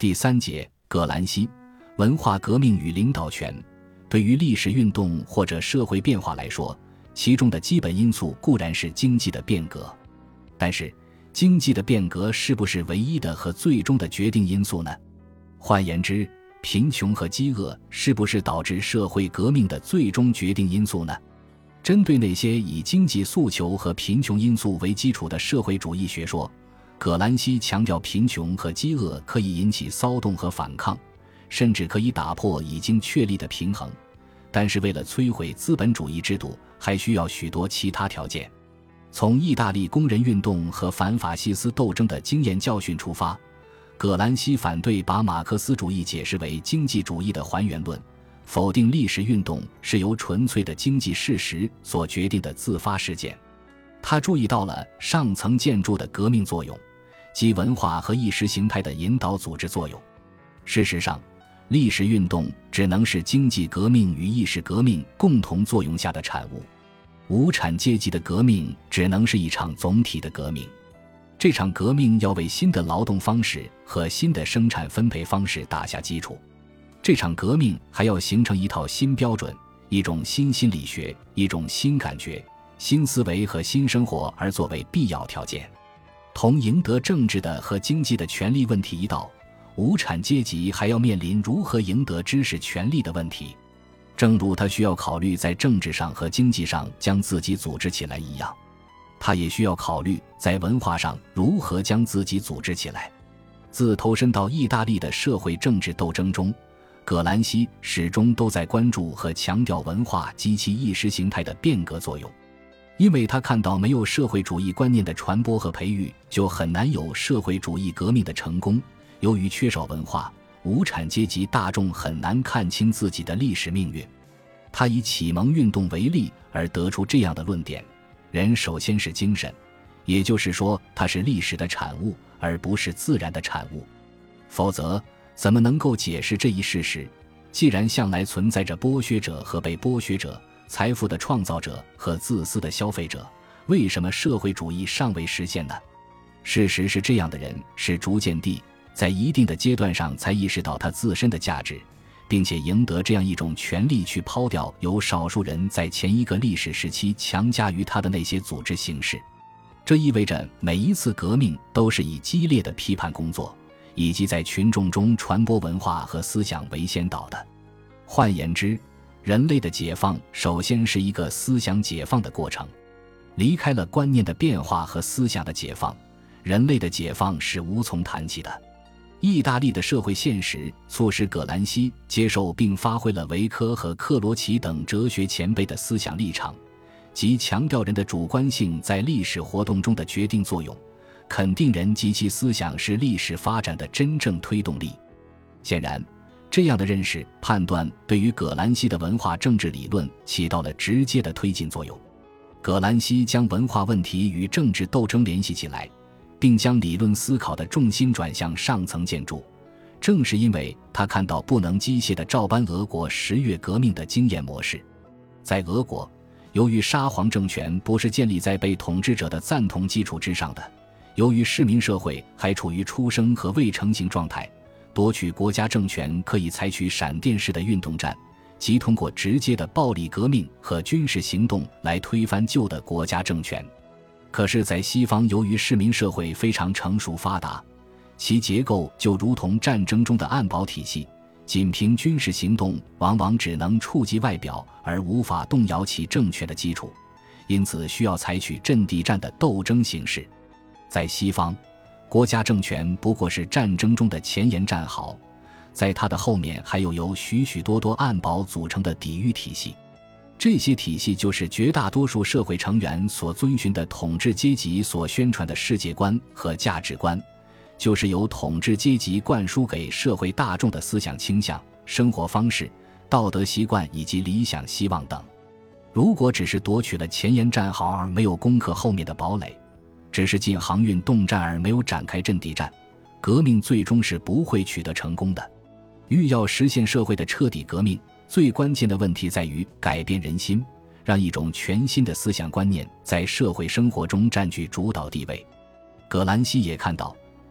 第3节，葛兰西，文化革命与领导权。对于历史运动或者社会变化来说，其中的基本因素固然是经济的变革，但是经济的变革是不是唯一的和最终的决定因素呢？换言之，贫穷和饥饿是不是导致社会革命的最终决定因素呢？针对那些以经济诉求和贫穷因素为基础的社会主义学说，葛兰西强调贫穷和饥饿可以引起骚动和反抗，甚至可以打破已经确立的平衡，但是为了摧毁资本主义制度，还需要许多其他条件。从意大利工人运动和反法西斯斗争的经验教训出发，葛兰西反对把马克思主义解释为经济主义的还原论，否定历史运动是由纯粹的经济事实所决定的自发事件。他注意到了上层建筑的革命作用，即文化和意识形态的引导组织作用。事实上，历史运动只能是经济革命与意识革命共同作用下的产物。无产阶级的革命只能是一场总体的革命，这场革命要为新的劳动方式和新的生产分配方式打下基础。这场革命还要形成一套新标准，一种新心理学，一种新感觉、新思维和新生活而作为必要条件。同赢得政治的和经济的权利问题一道，无产阶级还要面临如何赢得知识权利的问题。正如他需要考虑在政治上和经济上将自己组织起来一样，他也需要考虑在文化上如何将自己组织起来。自投身到意大利的社会政治斗争中，葛兰西始终都在关注和强调文化及其意识形态的变革作用，因为他看到没有社会主义观念的传播和培育，就很难有社会主义革命的成功。由于缺少文化，无产阶级大众很难看清自己的历史命运。他以启蒙运动为例而得出这样的论点：人首先是精神，也就是说它是历史的产物，而不是自然的产物。否则怎么能够解释这一事实？既然向来存在着剥削者和被剥削者，财富的创造者和自私的消费者，为什么社会主义尚未实现呢？事实是这样的人是逐渐地在一定的阶段上才意识到他自身的价值，并且赢得这样一种权利去抛掉由少数人在前一个历史时期强加于他的那些组织形式。这意味着每一次革命都是以激烈的批判工作以及在群众中传播文化和思想为先导的。换言之，人类的解放首先是一个思想解放的过程。离开了观念的变化和思想的解放，人类的解放是无从谈起的。意大利的社会现实促使葛兰西接受并发挥了维科和克罗齐等哲学前辈的思想立场，即强调人的主观性在历史活动中的决定作用，肯定人及其思想是历史发展的真正推动力。显然，这样的认识判断对于葛兰西的文化政治理论起到了直接的推进作用。葛兰西将文化问题与政治斗争联系起来，并将理论思考的重心转向上层建筑。正是因为他看到不能机械地照搬俄国10月革命的经验模式。在俄国，由于沙皇政权不是建立在被统治者的赞同基础之上的，由于市民社会还处于出生和未成型状态，夺取国家政权可以采取闪电式的运动战，即通过直接的暴力革命和军事行动来推翻旧的国家政权。可是在西方，由于市民社会非常成熟发达，其结构就如同战争中的暗堡体系，仅凭军事行动往往只能触及外表，而无法动摇其政权的基础，因此需要采取阵地战的斗争形式。在西方，国家政权不过是战争中的前沿战壕，在它的后面还有由许许多多暗堡组成的抵御体系。这些体系就是绝大多数社会成员所遵循的统治阶级所宣传的世界观和价值观，就是由统治阶级灌输给社会大众的思想倾向、生活方式、道德习惯以及理想希望等。如果只是夺取了前沿战壕而没有攻克后面的堡垒，只是进航运动战而没有展开阵地战，革命最终是不会取得成功的。欲要实现社会的彻底革命，最关键的问题在于改变人心，让一种全新的思想观念在社会生活中占据主导地位。葛兰西也看到，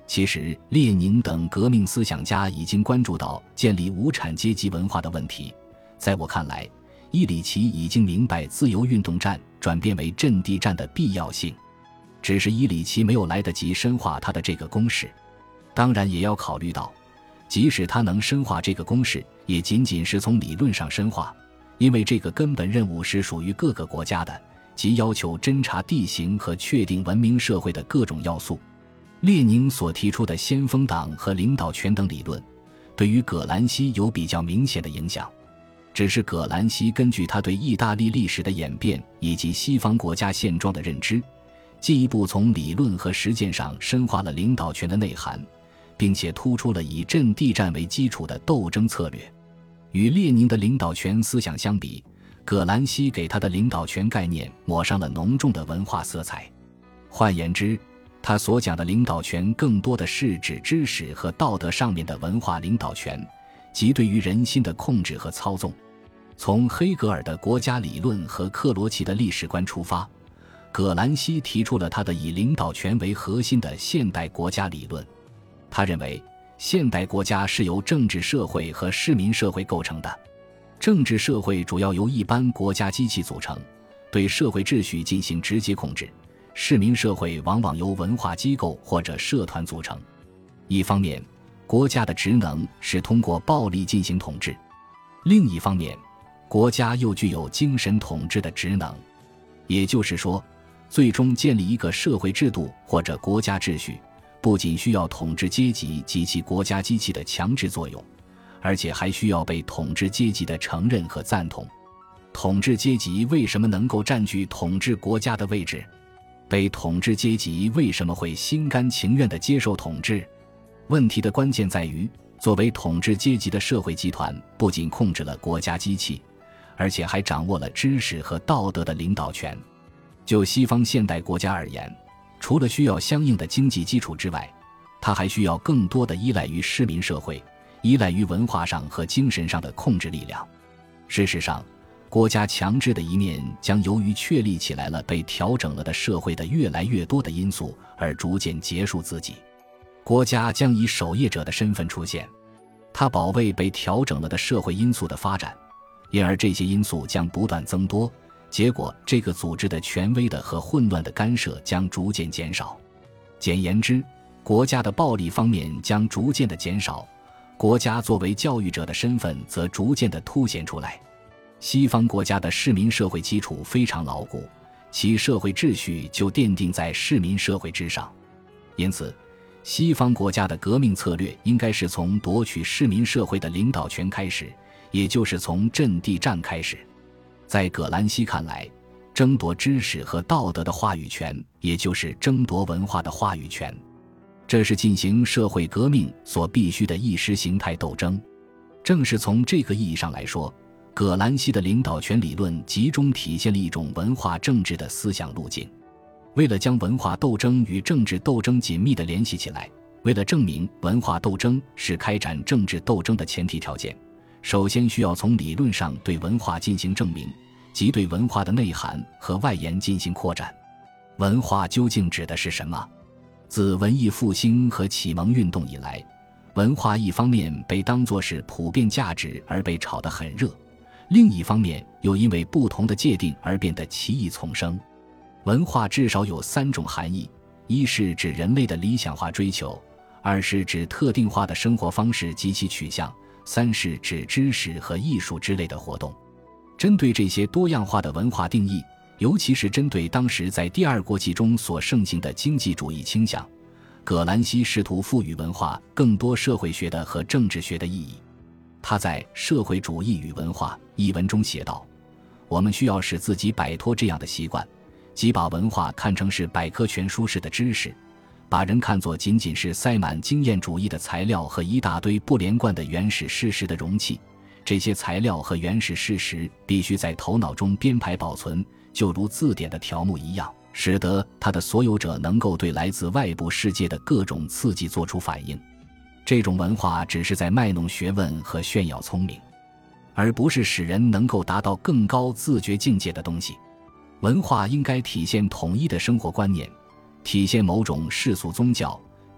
其实列宁等革命思想家已经关注到建立无产阶级文化的问题。在我看来，伊里奇已经明白自由运动战转变为阵地战的必要性，只是伊里奇没有来得及深化他的这个公式。当然也要考虑到，即使他能深化这个公式，也仅仅是从理论上深化，因为这个根本任务是属于各个国家的，即要求侦察地形和确定文明社会的各种要素。列宁所提出的先锋党和领导权等理论，对于葛兰西有比较明显的影响。只是葛兰西根据他对意大利历史的演变以及西方国家现状的认知，进一步从理论和实践上深化了领导权的内涵，并且突出了以阵地战为基础的斗争策略。与列宁的领导权思想相比，葛兰西给他的领导权概念抹上了浓重的文化色彩。换言之，他所讲的领导权更多的是指知识和道德上面的文化领导权，即对于人心的控制和操纵。从黑格尔的国家理论和克罗齐的历史观出发，葛兰西提出了他的以领导权为核心的现代国家理论。他认为，现代国家是由政治社会和市民社会构成的。政治社会主要由一般国家机器组成，对社会秩序进行直接控制；市民社会往往由文化机构或者社团组成。一方面，国家的职能是通过暴力进行统治；另一方面，国家又具有精神统治的职能。也就是说，最终建立一个社会制度或者国家秩序，不仅需要统治阶级及其国家机器的强制作用，而且还需要被统治阶级的承认和赞同。统治阶级为什么能够占据统治国家的位置？被统治阶级为什么会心甘情愿地接受统治？问题的关键在于，作为统治阶级的社会集团不仅控制了国家机器，而且还掌握了知识和道德的领导权。就西方现代国家而言，除了需要相应的经济基础之外，它还需要更多的依赖于市民社会，依赖于文化上和精神上的控制力量。事实上，国家强制的一面将由于确立起来了被调整了的社会的越来越多的因素而逐渐结束自己。国家将以守夜者的身份出现，它保卫被调整了的社会因素的发展，因而这些因素将不断增多，结果这个组织的权威的和混乱的干涉将逐渐减少。简言之，国家的暴力方面将逐渐的减少，国家作为教育者的身份则逐渐的凸显出来。西方国家的市民社会基础非常牢固，其社会秩序就奠定在市民社会之上。因此，西方国家的革命策略应该是从夺取市民社会的领导权开始，也就是从阵地战开始。在葛兰西看来，争夺知识和道德的话语权，也就是争夺文化的话语权，这是进行社会革命所必须的意识形态斗争。正是从这个意义上来说，葛兰西的领导权理论集中体现了一种文化政治的思想路径。为了将文化斗争与政治斗争紧密地联系起来，为了证明文化斗争是开展政治斗争的前提条件，首先需要从理论上对文化进行证明，即对文化的内涵和外延进行扩展。文化究竟指的是什么？自文艺复兴和启蒙运动以来，文化一方面被当作是普遍价值而被炒得很热，另一方面又因为不同的界定而变得歧义丛生。文化至少有3种含义：一是指人类的理想化追求，二是指特定化的生活方式及其取向，三是指知识和艺术之类的活动。针对这些多样化的文化定义，尤其是针对当时在第二国际中所盛行的经济主义倾向，葛兰西试图赋予文化更多社会学的和政治学的意义。他在《社会主义与文化》一文中写道，我们需要使自己摆脱这样的习惯，即把文化看成是百科全书式的知识，把人看作仅仅是塞满经验主义的材料和一大堆不连贯的原始事实的容器。这些材料和原始事实必须在头脑中编排保存，就如字典的条目一样，使得它的所有者能够对来自外部世界的各种刺激做出反应。这种文化只是在卖弄学问和炫耀聪明，而不是使人能够达到更高自觉境界的东西。文化应该体现统一的生活观念，体现某种世俗宗教，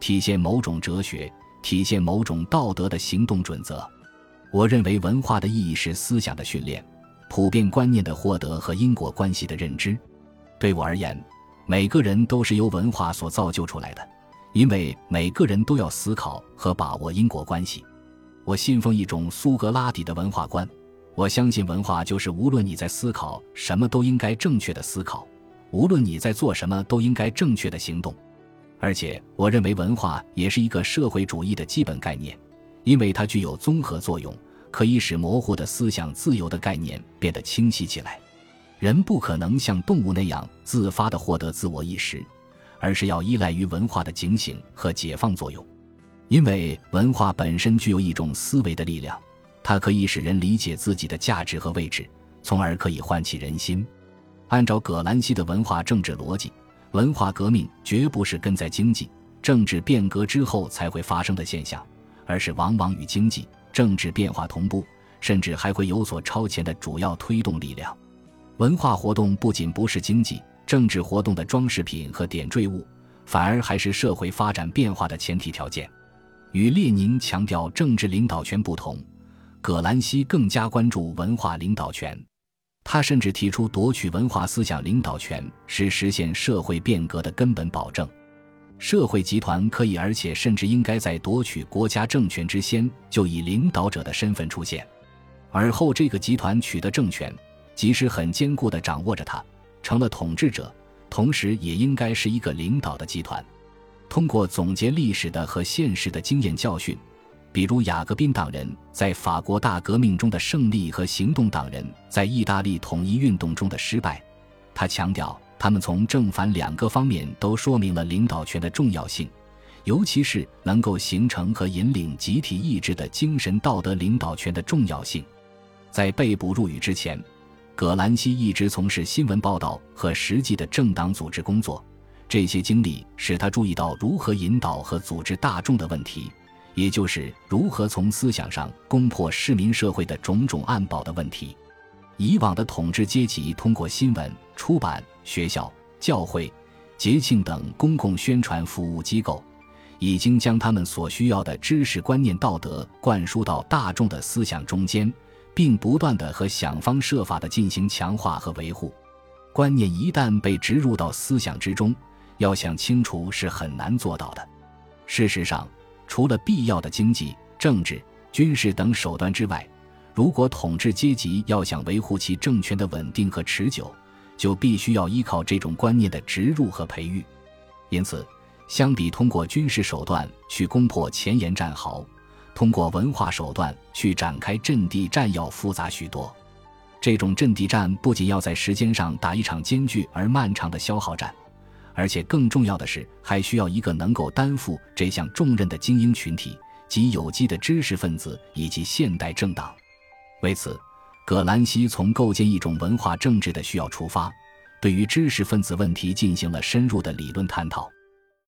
体现某种哲学，体现某种道德的行动准则。我认为文化的意义是思想的训练，普遍观念的获得和因果关系的认知。对我而言，每个人都是由文化所造就出来的，因为每个人都要思考和把握因果关系。我信奉一种苏格拉底的文化观，我相信文化就是无论你在思考什么都应该正确的思考，无论你在做什么都应该正确的行动。而且我认为文化也是一个社会主义的基本概念，因为它具有综合作用，可以使模糊的思想自由的概念变得清晰起来。人不可能像动物那样自发地获得自我意识，而是要依赖于文化的警醒和解放作用。因为文化本身具有一种思维的力量，它可以使人理解自己的价值和位置，从而可以唤起人心。按照葛兰西的文化政治逻辑，文化革命绝不是跟在经济、政治变革之后才会发生的现象，而是往往与经济、政治变化同步，甚至还会有所超前的主要推动力量。文化活动不仅不是经济、政治活动的装饰品和点缀物，反而还是社会发展变化的前提条件。与列宁强调政治领导权不同，葛兰西更加关注文化领导权。他甚至提出夺取文化思想领导权是实现社会变革的根本保证。社会集团可以而且甚至应该在夺取国家政权之先就以领导者的身份出现，而后这个集团取得政权，即使很坚固地掌握着它，成了统治者，同时也应该是一个领导的集团。通过总结历史的和现实的经验教训，比如雅各宾党人在法国大革命中的胜利和行动党人在意大利统一运动中的失败，他强调他们从正反两个方面都说明了领导权的重要性，尤其是能够形成和引领集体意志的精神道德领导权的重要性。在被捕入狱之前，葛兰西一直从事新闻报道和实际的政党组织工作，这些经历使他注意到如何引导和组织大众的问题，也就是如何从思想上攻破市民社会的种种暗堡的问题。以往的统治阶级通过新闻、出版、学校、教会、节庆等公共宣传服务机构，已经将他们所需要的知识观念道德灌输到大众的思想中间，并不断地和想方设法地进行强化和维护。观念一旦被植入到思想之中，要想清除是很难做到的。事实上，除了必要的经济、政治、军事等手段之外，如果统治阶级要想维护其政权的稳定和持久，就必须要依靠这种观念的植入和培育。因此，相比通过军事手段去攻破前沿战壕，通过文化手段去展开阵地战要复杂许多。这种阵地战不仅要在时间上打一场艰巨而漫长的消耗战，而且更重要的是，还需要一个能够担负这项重任的精英群体，即有机的知识分子以及现代政党。为此，葛兰西从构建一种文化政治的需要出发，对于知识分子问题进行了深入的理论探讨。